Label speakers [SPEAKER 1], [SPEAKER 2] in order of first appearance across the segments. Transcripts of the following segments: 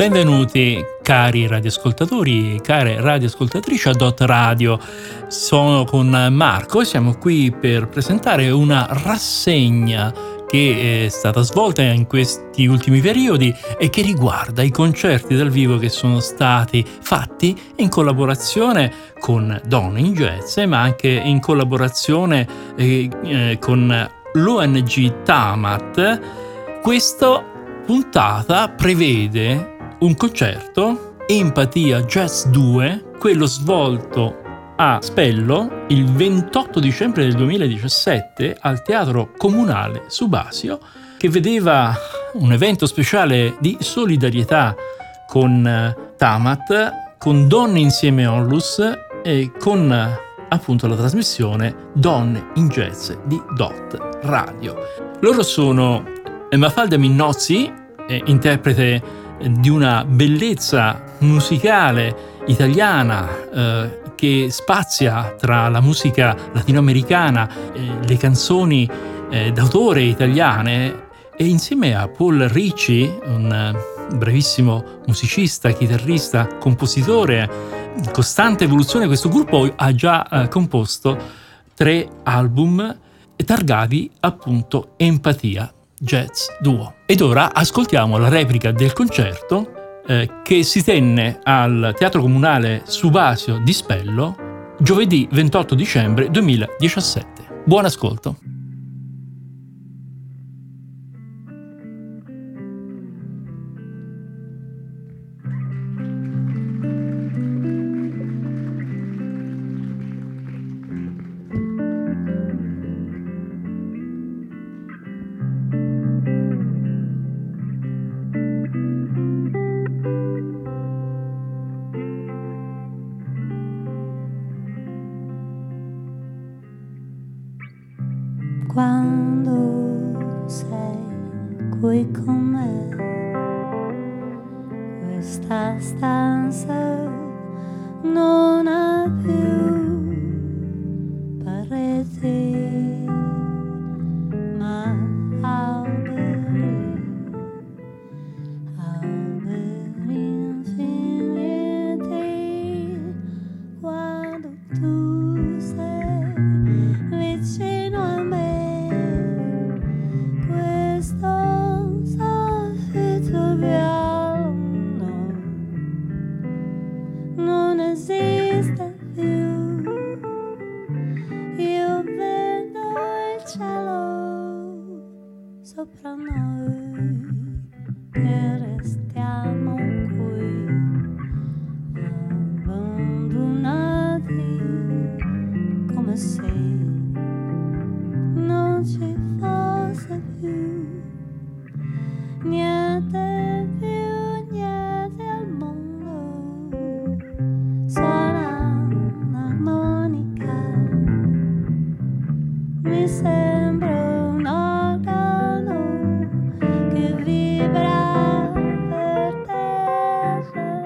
[SPEAKER 1] Benvenuti cari radioascoltatori e care radioascoltatrici a Dot Radio. Sono con Marco e siamo qui per presentare una rassegna che è stata svolta in questi ultimi periodi e che riguarda i concerti dal vivo che sono stati fatti in collaborazione con Donne in Jazz, ma anche in collaborazione con l'ONG Tamat. Questa puntata prevede un concerto Empatia Jazz 2, quello svolto a Spello il 28 dicembre del 2017 al Teatro Comunale Subasio, che vedeva un evento speciale di solidarietà con Tamat, con Donne Insieme Onlus e con appunto la trasmissione Donne in Jazz di Dot Radio. Loro sono Mafalda Minnozzi, interprete di una bellezza musicale italiana che spazia tra la musica latinoamericana, le canzoni d'autore italiane, e insieme a Paul Ricci, un bravissimo musicista, chitarrista, compositore, in costante evoluzione, questo gruppo ha già composto 3 album targati appunto Empatia Jazz Duo. Ed ora ascoltiamo la replica del concerto che si tenne al Teatro Comunale Subasio di Spello giovedì 28 dicembre 2017. Buon ascolto.
[SPEAKER 2] Quando sei qui con me, questa stanza non ha più pareti, ma alberi, alberi infiniti. Quando tu sei vicino a me, soffitto bianco non esiste più. Io vedo il cielo sopra noi che restiamo qui abbandonati, come se non ci fosse più niente più, niente al mondo. Suona un'armonica, mi sembra un organo che vibra per terra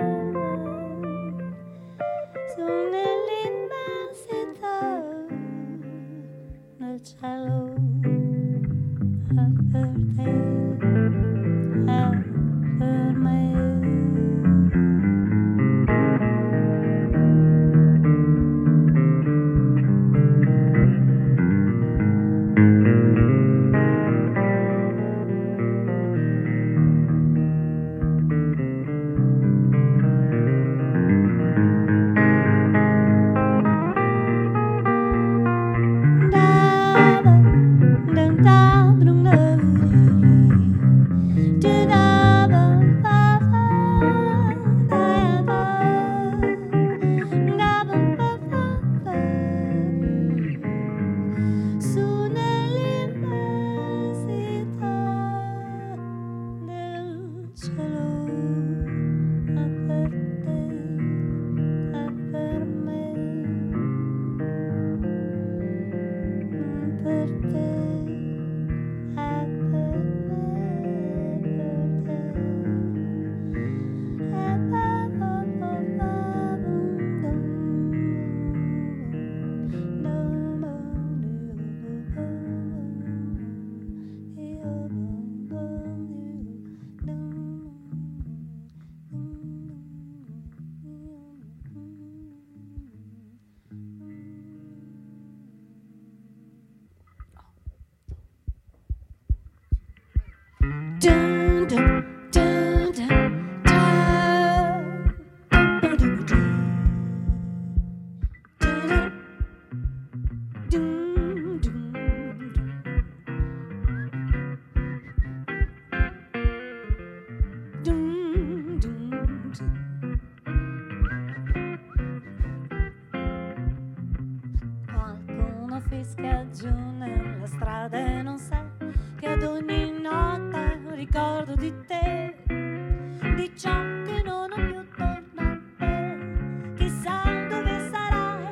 [SPEAKER 2] su nell'immensità del cielo. È per te, è per me. di te, di ciò che non ho più tornato, chissà dove sarai.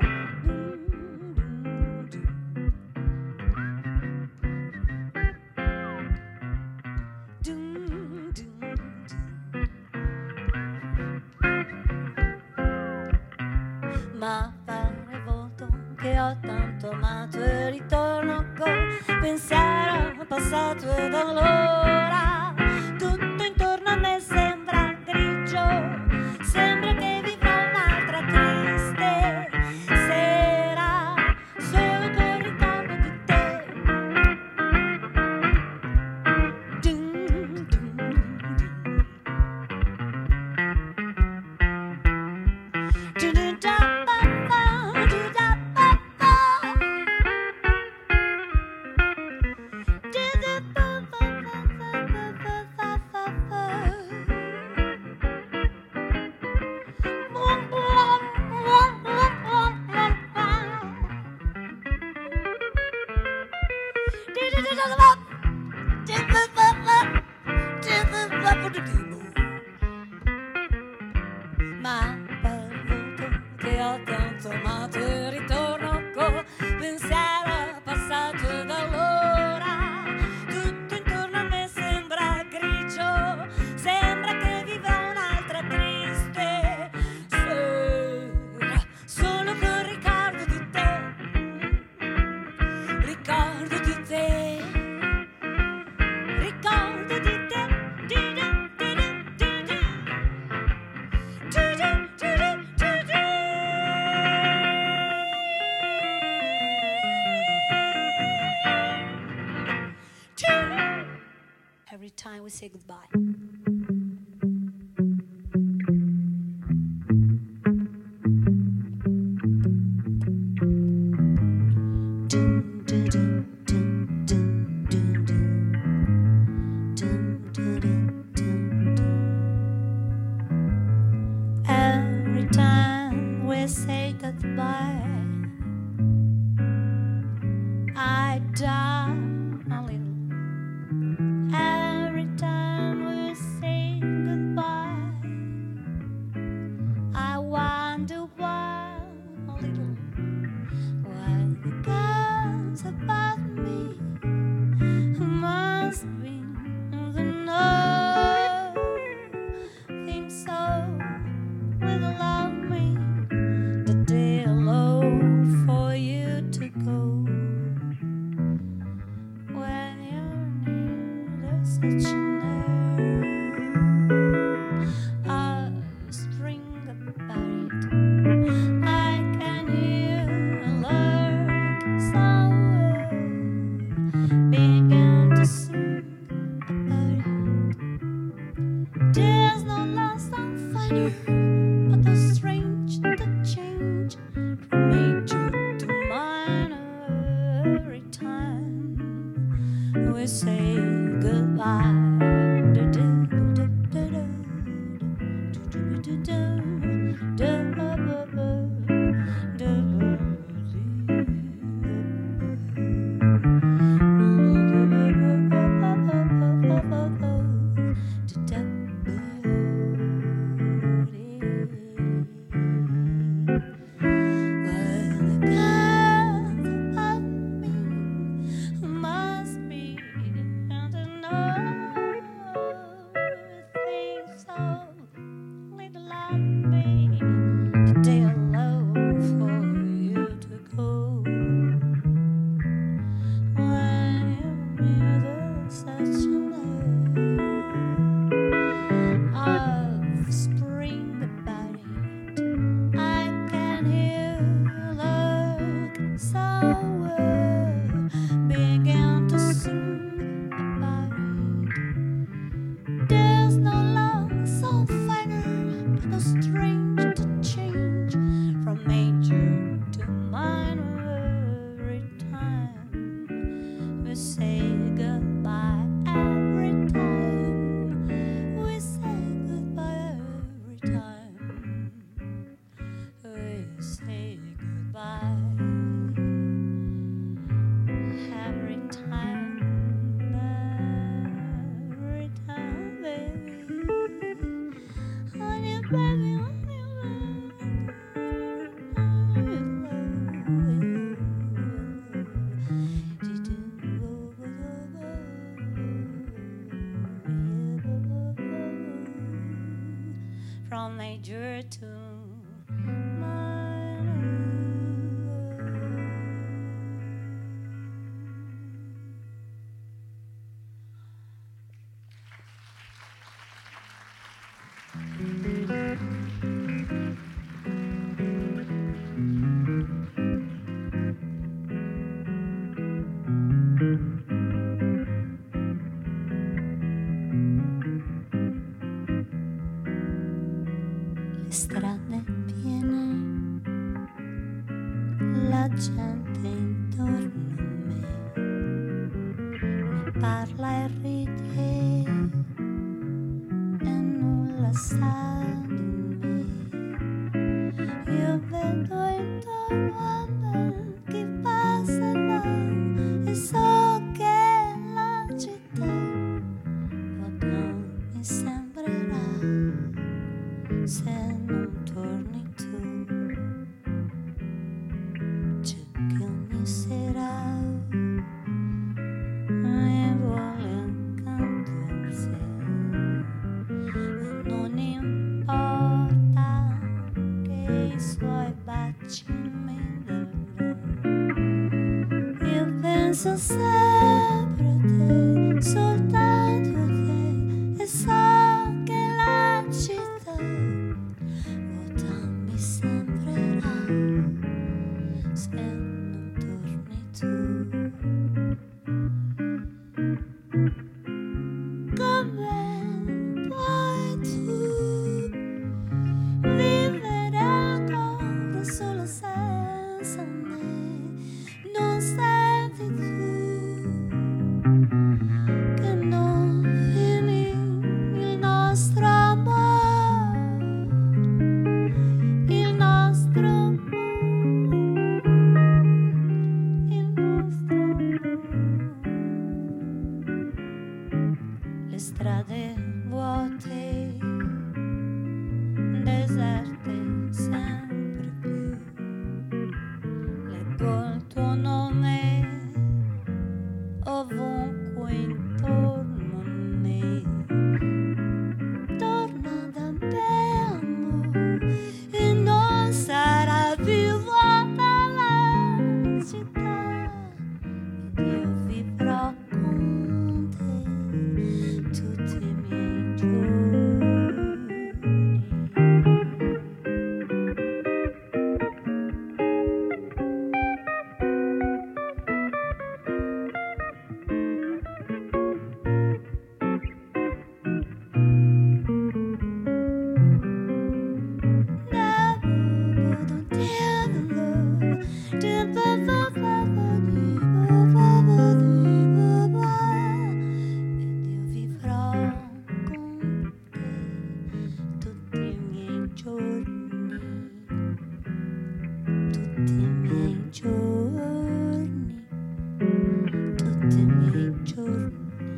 [SPEAKER 2] Dum, dum, dum. Ma fare volto che ho tanto amato e ritorno col pensiero passato ed allora tutto intorno a me sembra grigio, sembra che vivrò un'altra triste sera solo col ricordo di te. Dum, dum, dum. Ma per volto che ho tanto amato e ritorno col pensiero passato ed allora tutto intorno a me sembra grigio, sembra che viva un'altra triste sera solo col ricordo di te, ricordo di te, ricordo di te. Every time we say goodbye. Every time we say goodbye, I die a little. Every time we say goodbye, I wonder why a little, why the girls about me must be the nothing so will allow me the day alone for you to go. When you're near, there's such a nerve, a string about it. I can hear a lurking sound begin to sing about it. There's no lost on fire, but the strange the change from major to minor every time we say goodbye. From Niger to strade piene, la gente intorno a me ne parla e ride e nulla sa di me. Io vedo intorno a me chi passa e va e so che la città poco mi sembrerà se non torni tu. C'è che ogni sera mi vuole accanto a sé e non importa che i suoi baci mi darà. Io penso sempre a te, soltanto a te, e so che la città vuota mi sembrerà se non torni tu. Come puoi tu vivere ancora solo senza me? Non senti tu che non finì il nostro amore, il nostro amore, il nostro amore. Le strade vuote, deserte sempre più, leggo il tuo nome ovunque intorno a me. Torna da me, amore, e non sarà più vuota la città, ed io vivrò con te tutti i miei giorni. Ed io vivrò con te tutti i miei giorni, tutti i miei giorni, tutti i miei giorni.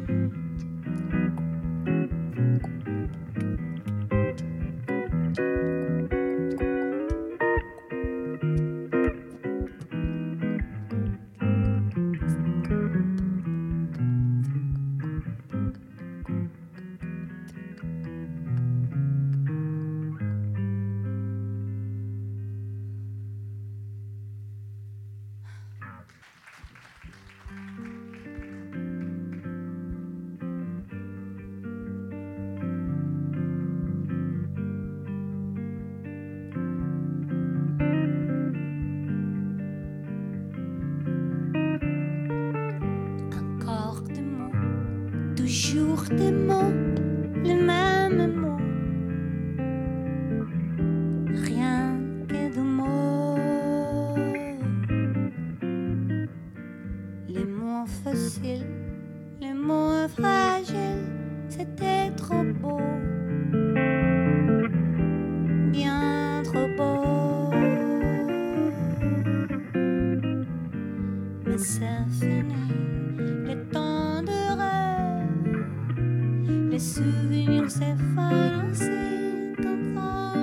[SPEAKER 2] Encore des mots, toujours des mots, les mêmes mots, rien que des mots. Les mots faciles, les mots fragiles, c'était trop beau, bien trop beau. Mais c'est fini, le temps de rêve, les souvenirs s'effacent aussi, t'entends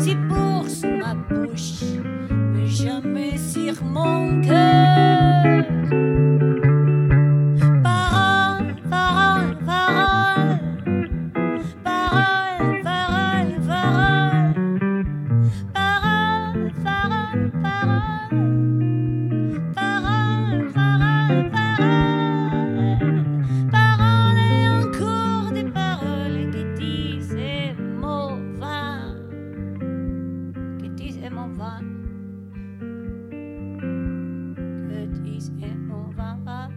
[SPEAKER 2] si pour sur ma bouche, mais jamais sur mon cœur. Parole, parole, parole, parole, parole, parole, parole, parole, parole, parole, parole, parole, parole et encore des paroles qui disent et m'en va, qui disent et m'en va, que disent et m'en va.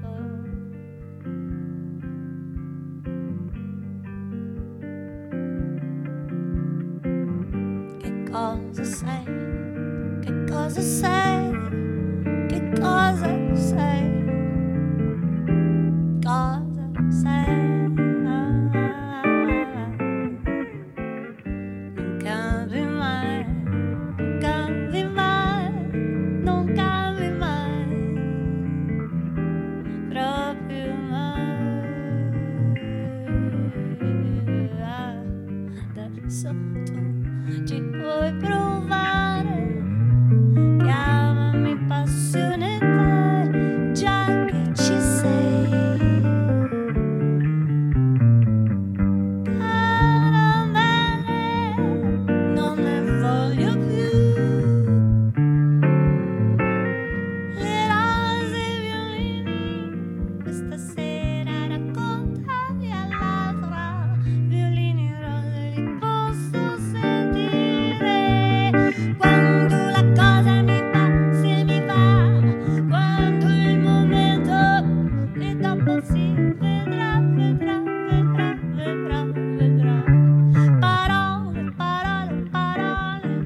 [SPEAKER 2] Che cosa sei? Che cosa sei? Che cosa sei? Cosa sei? Non cambi mai, non cambi mai, non cambi mai, proprio mai. Adesso tu ci puoi provare, chiamami passione te, già che ci sei. Caramelle, non ne voglio più. Le rose e i violini, questa sera raccontami all'altra. Violini e rose li posso sentire quando la cosa mi va, se mi va, quando il momento e dopo si vedrà, vedrà, vedrà, vedrà, vedrà. Parole, parole, parole.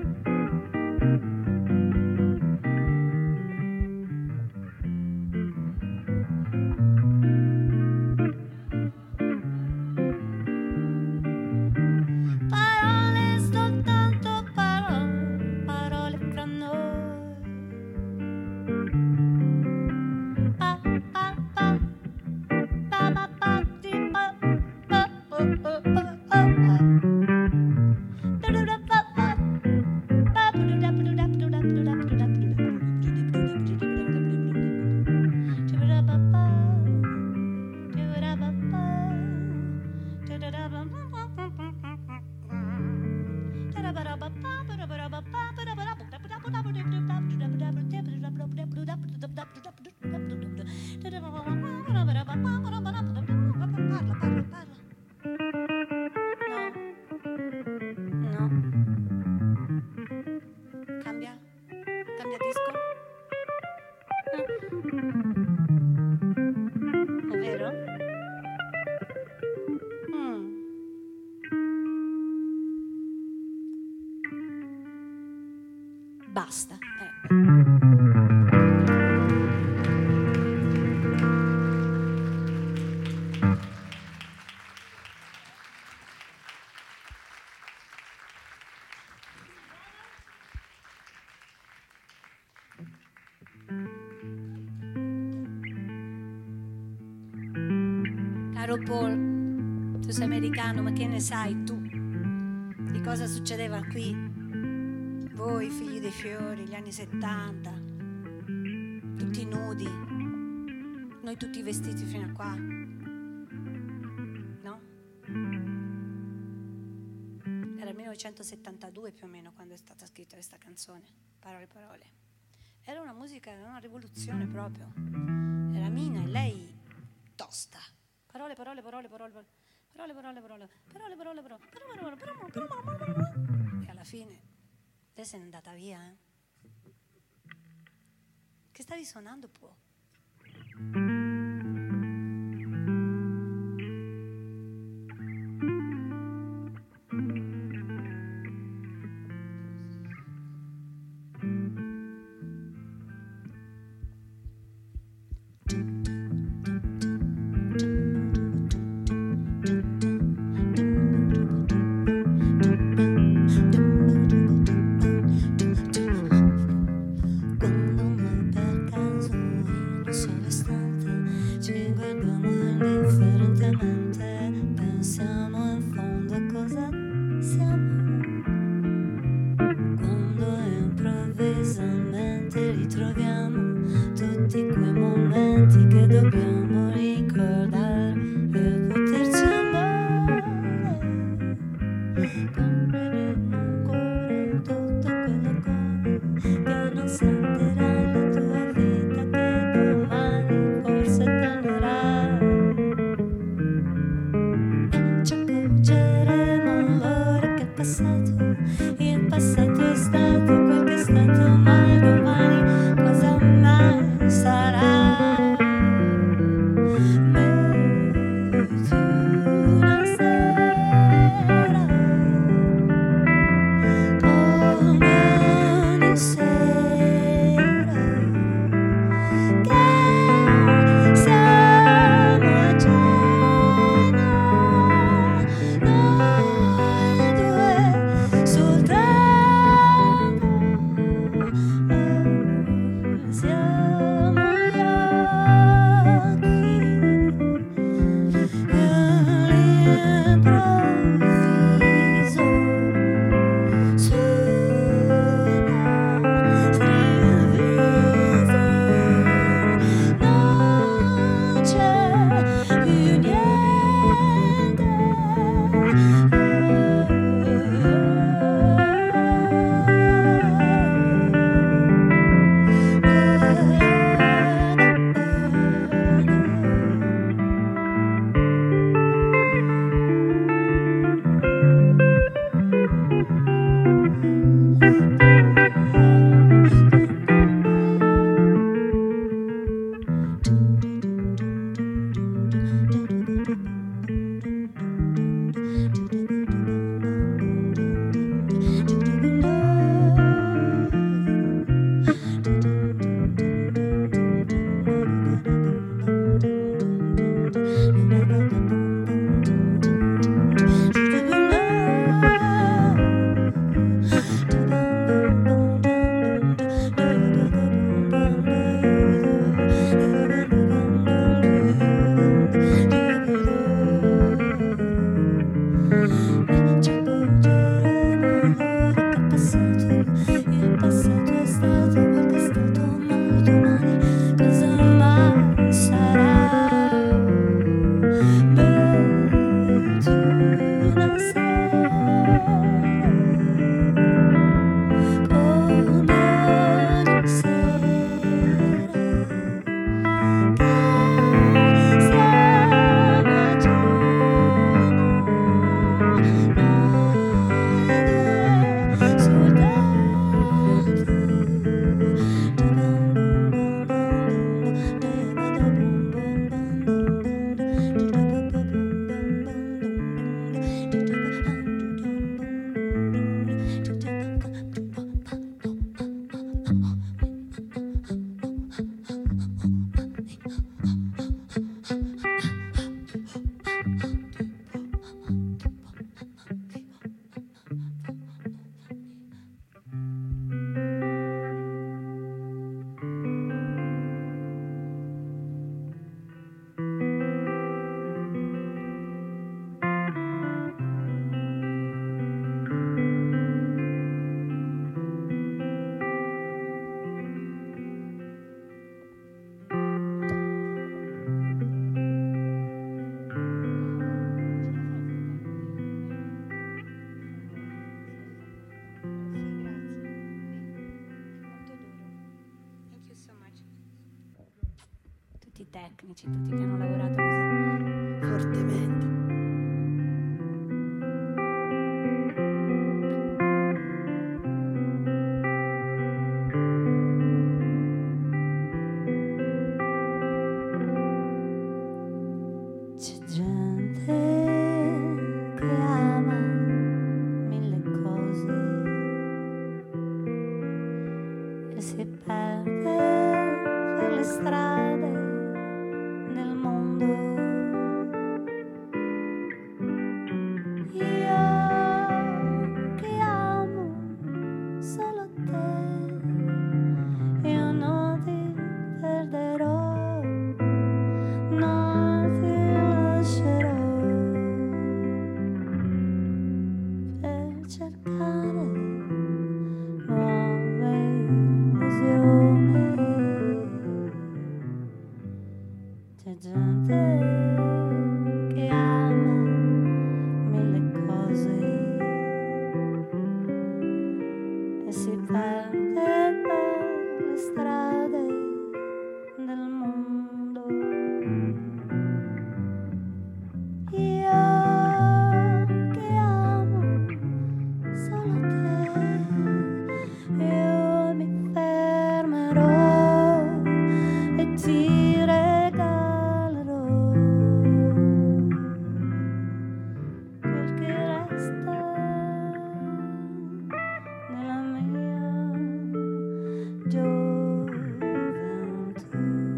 [SPEAKER 2] Parole, soltanto parole, parole fra noi. Pa, pa, pa, pa, pa, pa, di, pa, pa, pa, pa, pa, pa. Da-da-da, pa, pa, pa, ba-da-da, ba-da-da, ba-da-da, ba-da-da, ba-da-da, ba-da-da, No. Cambia disco. È vero? Basta. Caro Paul, tu sei americano, ma che ne sai tu di cosa succedeva qui? Voi, figli dei fiori, gli anni 70, tutti nudi, noi tutti vestiti fino a qua, no? Era il 1972 più o meno quando è stata scritta questa canzone, Parole, parole. Era una musica, era una rivoluzione proprio. Era Mina e lei tosta. Parole, parole, parole, parole, parole, parole, parole, parole, parole, parole, parole, parole. E alla fine lei se n'è andata via, eh? Che stavi suonando, può? Quando mai per caso il suo istante tecnici, tutti che hanno lavorato così fortemente. C'è gente che ama mille cose e si perde per le strade del mondo. Io che amo solo te, io non ti perderò, non ti lascerò per cercare nuove illusioni. verde delle strade del mondo. Io che amo solo te, io mi fermerò e ti regalerò quel che resta nella mia gioventù.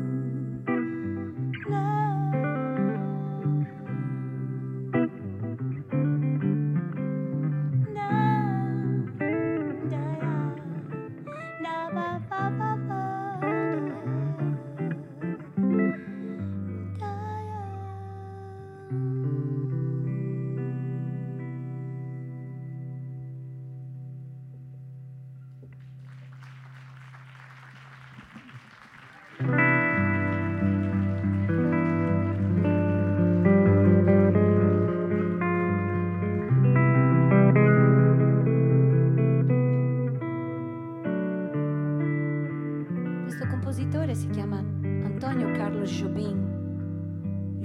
[SPEAKER 2] Questo compositore si chiama Antonio Carlos Jobim,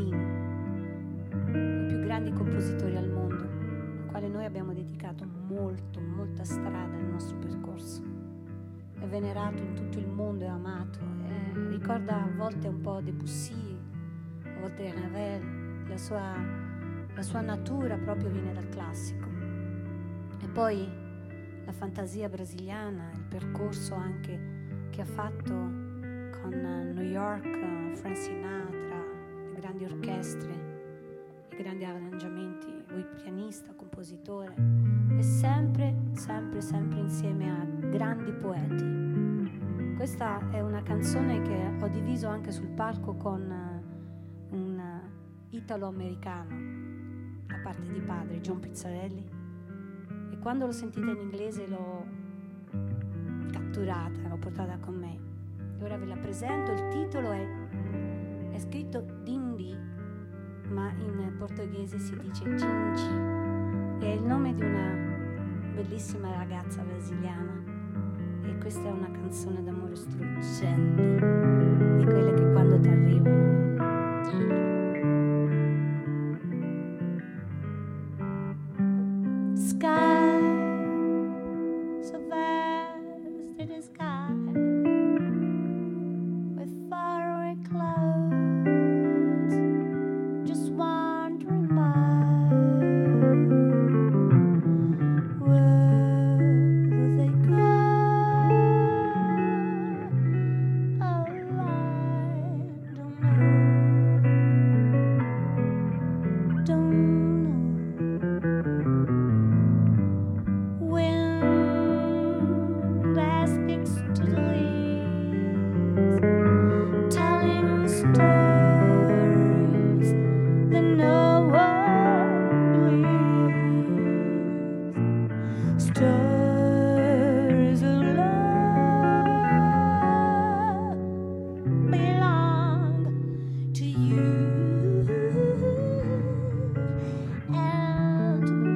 [SPEAKER 2] uno dei più grandi compositori al mondo, al quale noi abbiamo dedicato molta strada nel nostro percorso. È venerato in tutto il mondo, è amato, ricorda a volte un po' Debussy, a volte Ravel, la sua natura proprio viene dal classico. E poi la fantasia brasiliana, il percorso anche che ha fatto con New York, Frank Sinatra, le grandi orchestre, i grandi arrangiamenti, lui pianista, compositore, e sempre insieme a grandi poeti. Questa è una canzone che ho diviso anche sul palco con un italo-americano da parte di padre, John Pizzarelli, e quando l'ho sentita in inglese l'ho catturata, l'ho portata con me. E ora ve la presento. Il titolo è scritto Dindi, ma in portoghese si dice Gingi. È il nome di una bellissima ragazza brasiliana, e questa è una canzone d'amore struggente, di quelle che quando ti arrivano sky, so vast in the sky, with faraway clouds just wandering by. Where will they go? Oh, I don't know. Wind that speaks to the leaves, telling stories that no one believes. Stories of love belong to you and me.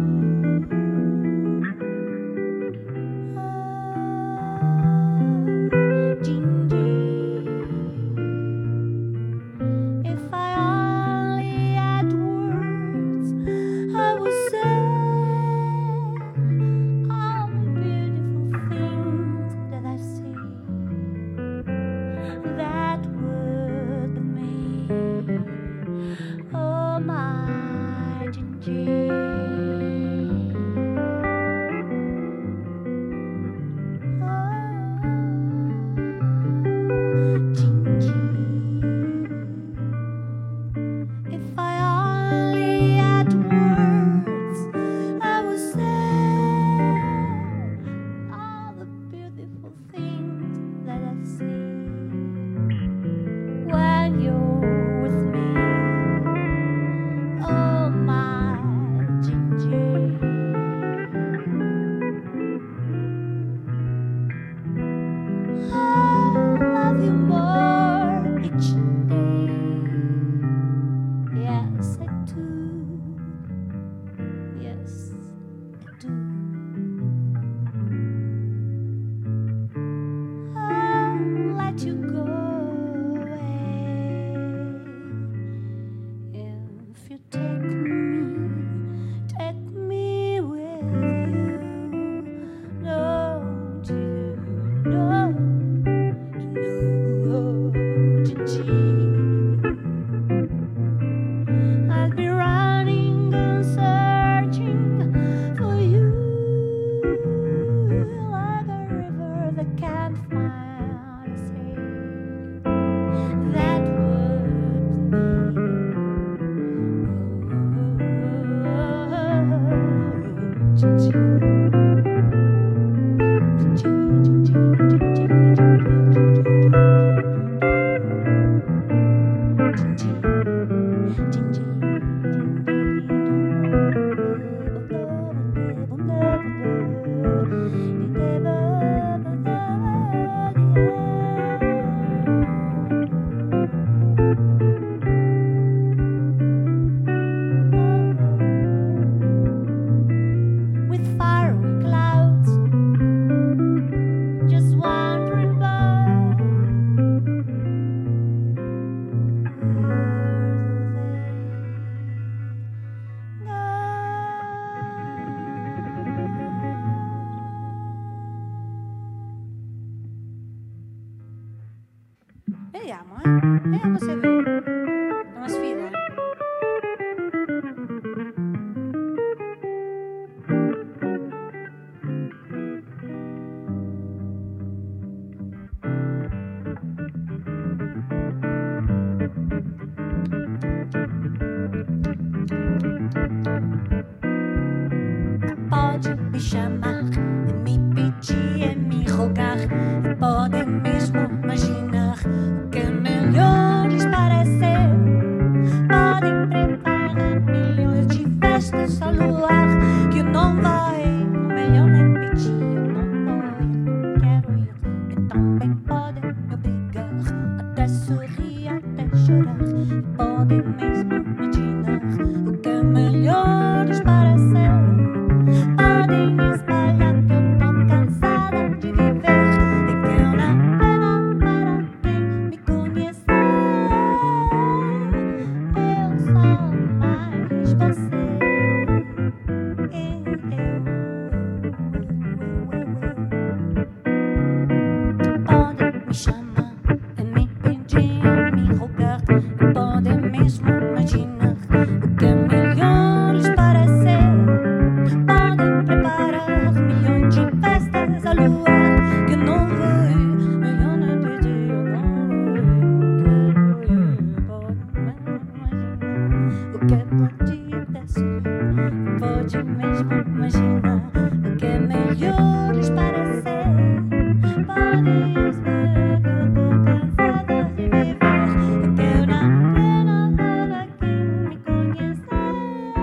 [SPEAKER 2] If I only had words, I would say Vediamo se è vero. È una sfida. Pode me chamar de me pedir e me rogar, e podem mesmo imaginar o que melhor lhes parecer. Podem preparar milhões de festas ao luar, que eu não vou ir, o melhor nem pedir, eu não vou ir, não quero ir. E também podem me obrigar, até sorrir, até chorar, e podem mesmo imaginar o que melhor lhes parecer. Podem espalhar que eu tô cansada de viver e que eu não pena para quem me conhecer. Eu sou mais você. Podem me chamar e me pedir, me rogar, e podem mesmo imaginar o que melhor lhes parecer. Podem preparar milhões de festas ao luar, que eu não vou ir, melhor não pedir, eu não vou ir, não quero ir. Podem imaginar o que pode mesmo imaginar o que melhor lhes parecer. Podem esperar que eu tô cansada de viver e que eu não pena para quem me conhecer.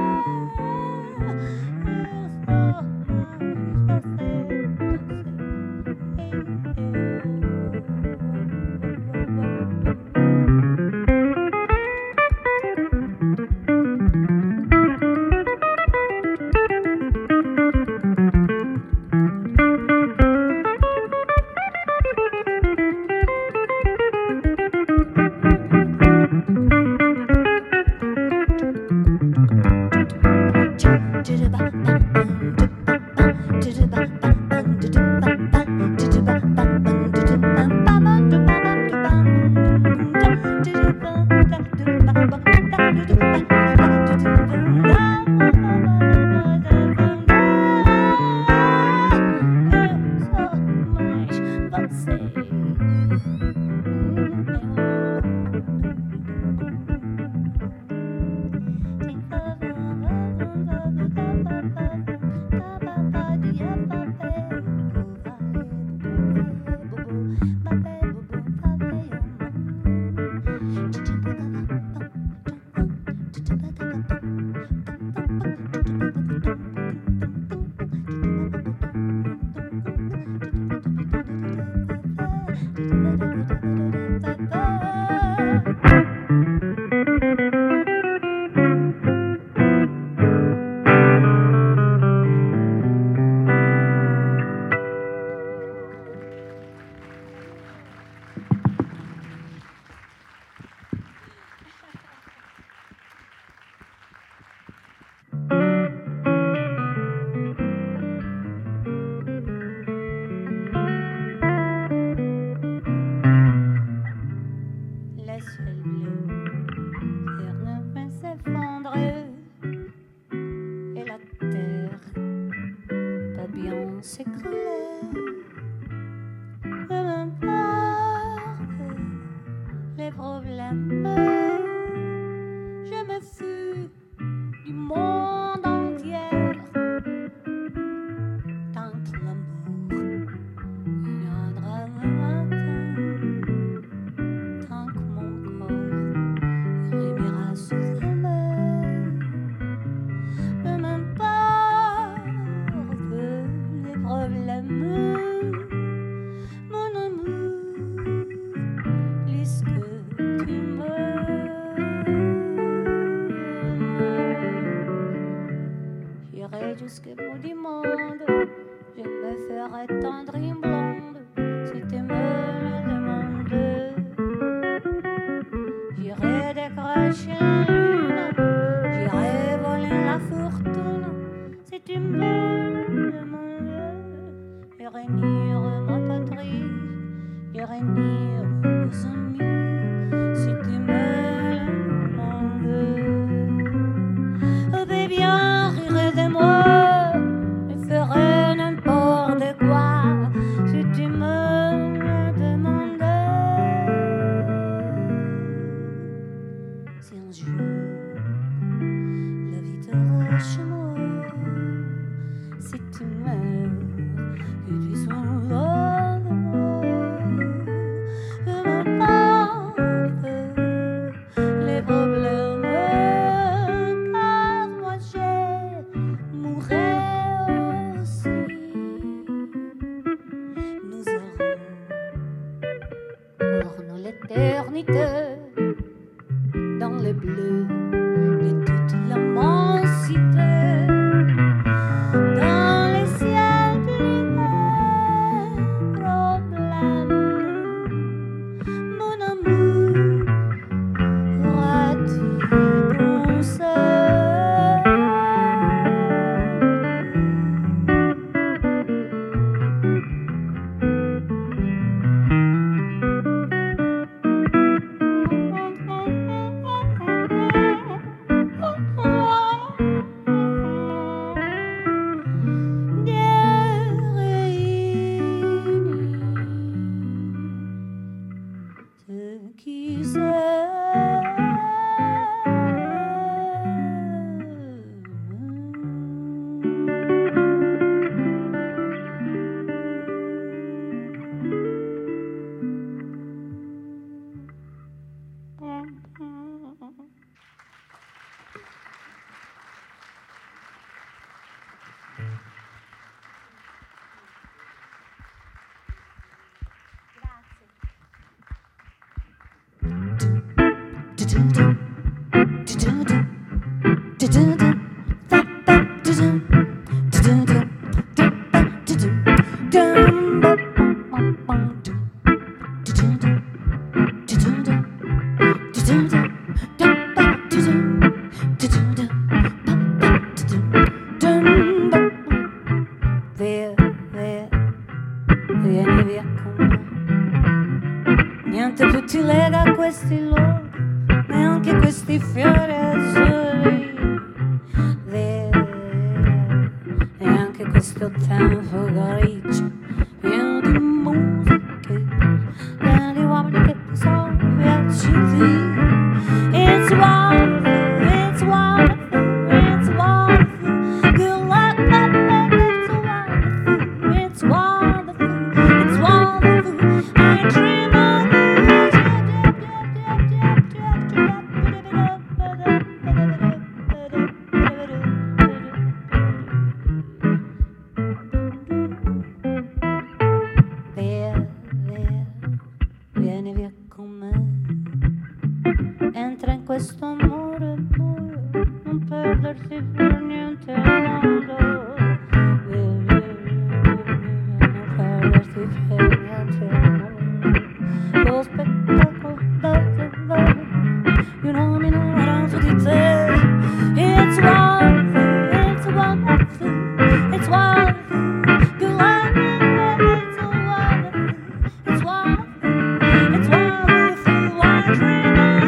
[SPEAKER 2] Le ciel bleu, terre ne peut s'effondrer, et la terre peut bien s'écrouler. Peu m'importe les problèmes, je me fous du monde entier. ferais tendrine blonde si tu me le demandais. J'irais décrocher la lune, j'irais voler la fortune si tu me le demandais. Et réunir ma patrie, et réunir mes amis si tu me le demandais. Baby, bien rirais de moi et ferais n'importe quoi si tu me le demandais. Si un jour la vie te chez moi, si tu meurs, que tu sois là de moi, peu m'importe les problèmes, car moi j'ai mourrai aussi. Nous aurons pour l'éternité dans le bleu de toute l'immensité, dans les ciels pleins de problèmes. Mon amour, auras-tu pensé? Qui vieni via con me. Niente più ti lega a questi luoghi, neanche questi fiori azzurri, neanche questo tempo grigio, pieno di musiche, pieno di uomini che ti sono piaciuti. It's wonderful, it's wonderful, it's wonderful. Good luck, it's wonderful, it's wonderful. I dream of vieni via con me, entra in questo amore buio, non perderti per niente al mondo, non perderti per niente al mondo. Lo spettacolo di un uomo innamorato di te. It's wonderful, it's wonderful, it's wonderful. You like it, it's wonderful, it's wonderful, it's wonderful. I dream of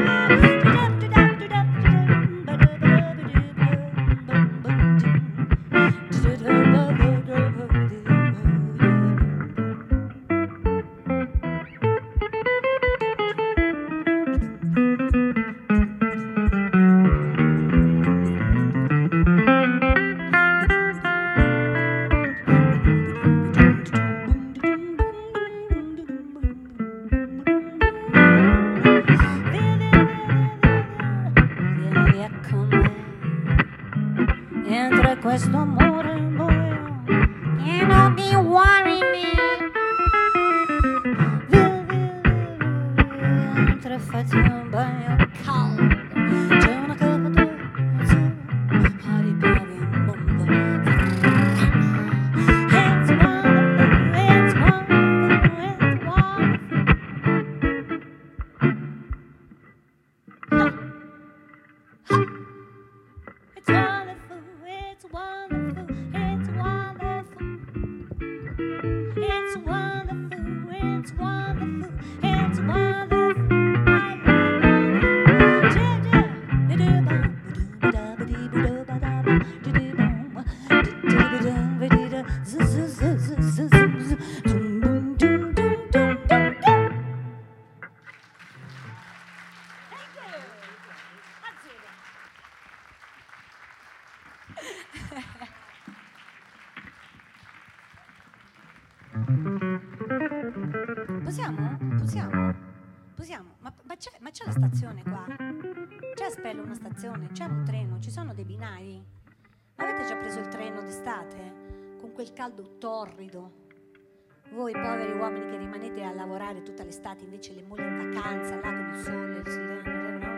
[SPEAKER 2] vieni via con me, entra questo amore buio, pieno di uomini. Entra, fatti un bagno caldo, c'è una carrozza, arriva in mondo. It's wonderful, Possiamo? Possiamo? Possiamo? Ma c'è la stazione qua? C'è a Spello una stazione? C'è un treno? Ci sono dei binari? Avete già preso il treno d'estate? Con quel caldo torrido? Voi poveri uomini che rimanete a lavorare tutta l'estate, invece le mogli in vacanza, là con il sole, il silenzio, no?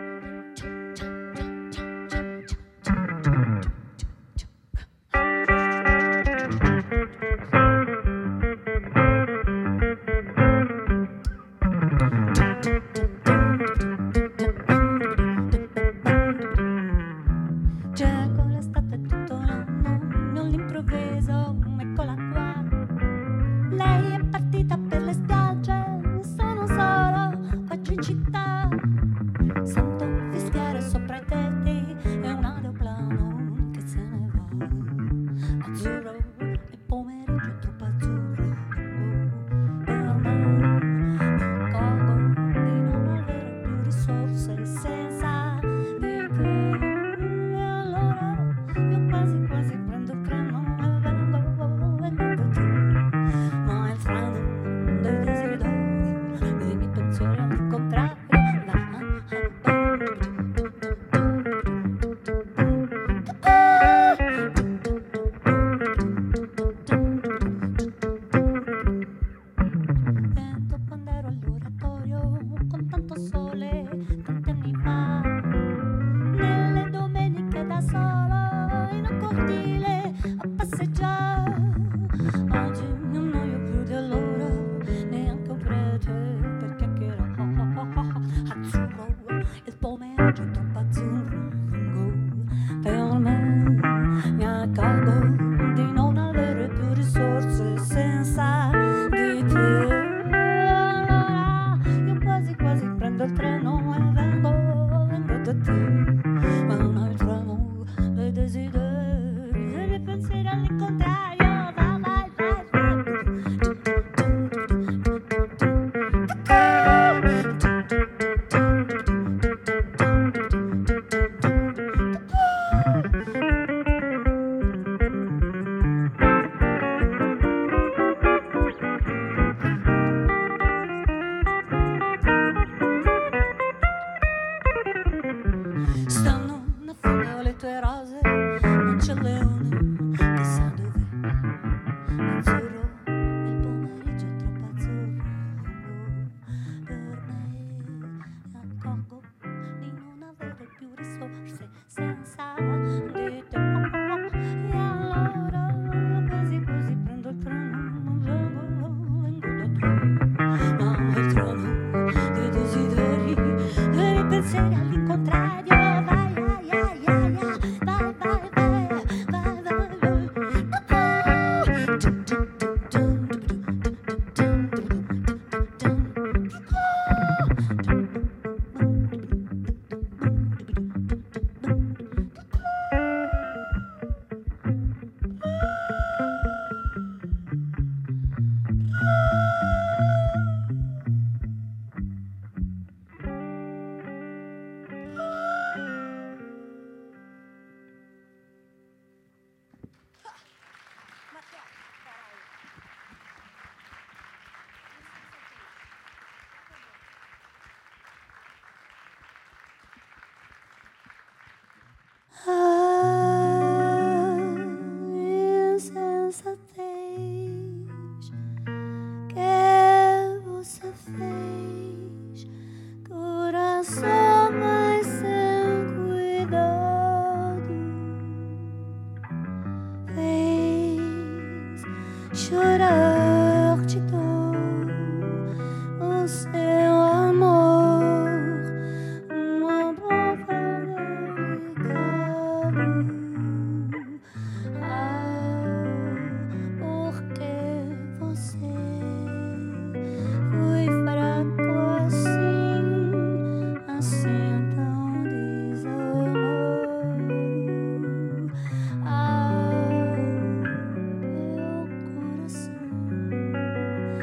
[SPEAKER 2] Cerco l'estate tutto l'anno, all'improvviso, eccola qua. Lei è partita per le spiagge, sono solo qua giù in città. Sento fischiare sopra i tetti, è un aeroplano che se ne va. Azzurro, il pomeriggio è troppo azzurro per me. Accorgo di non avere più risorse senza di te. E allora io quasi quasi prendo il treno e vengo da te. Ma il treno dei desideri, dei miei pensieri all'incontrario. E dopo andrò all'oratorio con tanto sole, tanti anni fa, nelle domeniche da solo, in un cortile a passeggiare. Oggi mi annoio più di allora, neanche un prete per chiacchierare. Azzurro, il pomeriggio è troppo azzurro per me. Mi accorgo di non avere più risorse senza di te. Allora io quasi quasi prendo il treno e vengo da te. Ma il treno dei desideri, dei miei pensieri all'incontrario. Vai, vai, vai, stanno naufragando le tue rose, non c'è leone, chissà dov'è. Azzurro, il pomeriggio è troppo azzurro per me. Accorgo di non avere più risorse senza di te. E allora quasi quasi prendo il treno, vengo da te. Ma il treno dei desideri, dei pensieri all'incontrario. Vai, ai, ai, ai, ai, vai, vai, vai, vai, vai, vai. Insensatez que você fez, coração mais sem cuidado, fez chorar de dor o seu amor, uma boca delicada. Porque você foi fraco assim, assim tão desamor. Meu coração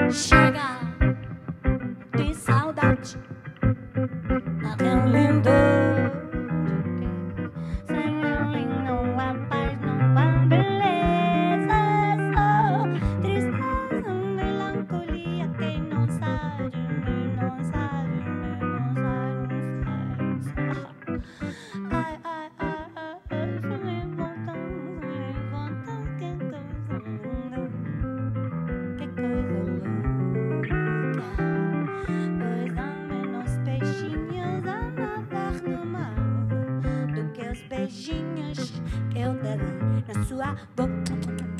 [SPEAKER 2] chega de saudade, até um lindo de que sem ele não há paz, não há beleza, só tristeza, melancolia, quem não sabe, não sabe, não sabe, não sabe. Ai, ai, ai, ai, ai, se levanta, que coisa linda, que coisa louca. Pois há menos peixinhos a nadar no mar do que os beijinhos que eu te dei na sua boca.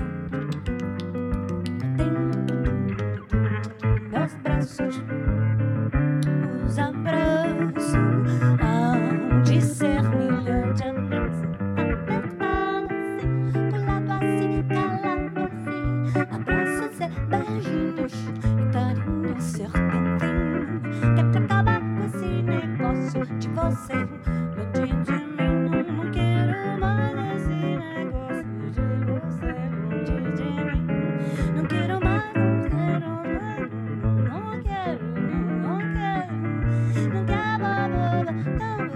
[SPEAKER 2] Meus braços, os abraços, hão de ser milhões de abraços. Apertado assim, colado assim, calado assim. Abraços e beijinhos e carinhos serpentim. Que é pra acabar com esse negócio de você longe de mim. Não quero mais esse negócio de você longe de mim. Não quero mais, não quero mais. Não quero, não quero. Não quero, não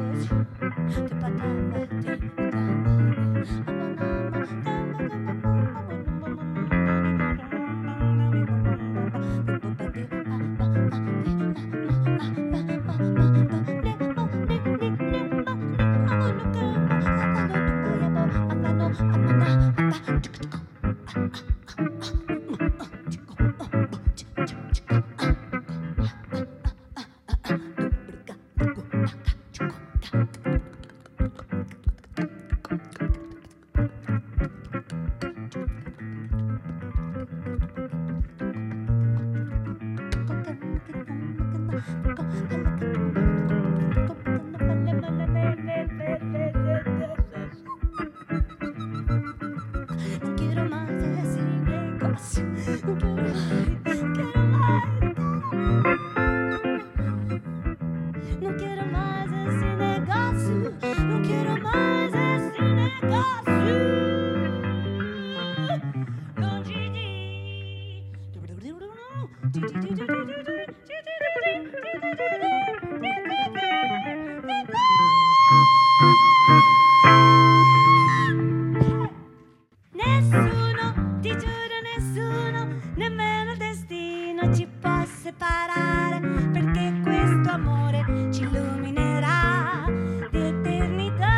[SPEAKER 2] Nessuno, ti giuro nessuno, nemmeno il destino ci può separare, perché questo amore ci illuminerà di eternità.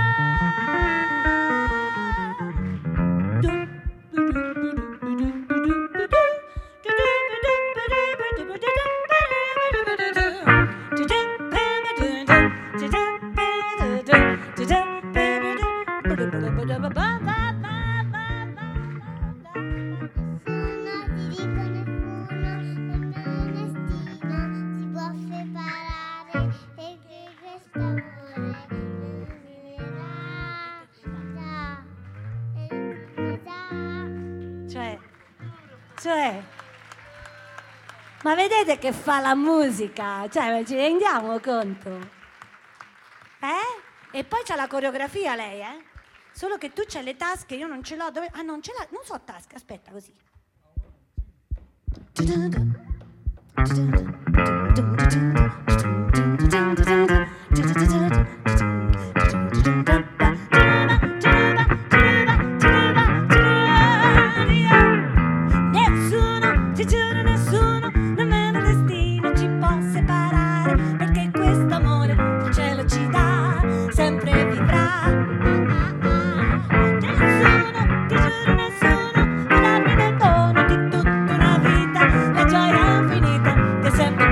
[SPEAKER 2] Cioè, ma vedete che fa la musica? Cioè, ma ci rendiamo conto? E poi c'ha la coreografia lei, eh? Solo che tu c'hai le tasche, io non ce l'ho. Dove? Ah, non ce l'ha, non so tasche, aspetta, così. Nessuno, ti giuro nessuno, nemmeno il destino ci può separare, perché questo amore il cielo ci dà, sempre vivrà. Nessuno, ti giuro nessuno, può darmi nel dono di tutta una vita la gioia infinita che sempre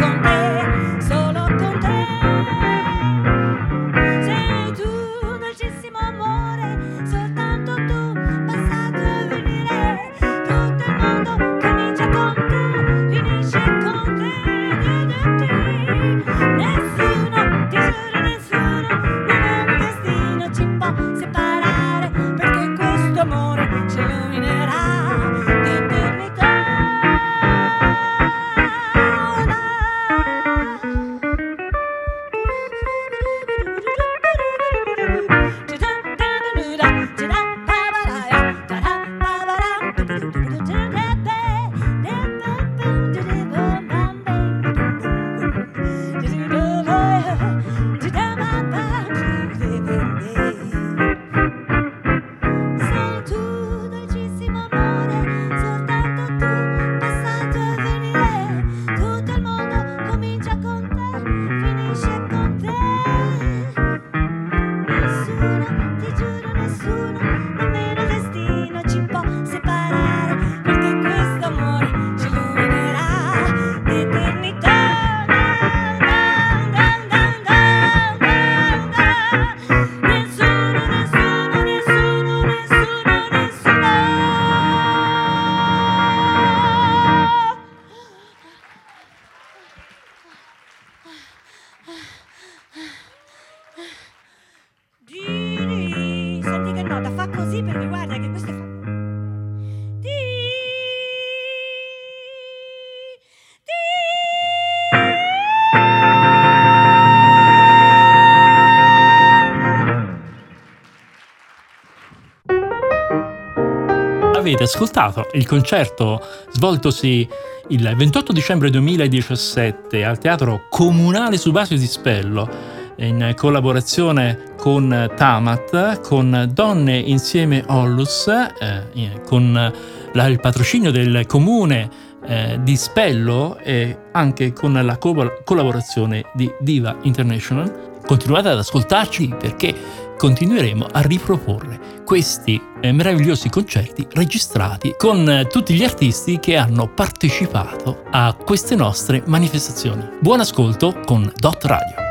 [SPEAKER 1] avete ascoltato il concerto svoltosi il 28 dicembre 2017 al Teatro Comunale Subasio di Spello, in collaborazione con Tamat, con Donne Insieme Ollus, con il patrocinio del Comune di Spello e anche con la collaborazione di Diva International. Continuate ad ascoltarci perché continueremo a riproporre questi meravigliosi concerti registrati con tutti gli artisti che hanno partecipato a queste nostre manifestazioni. Buon ascolto con Dot Radio.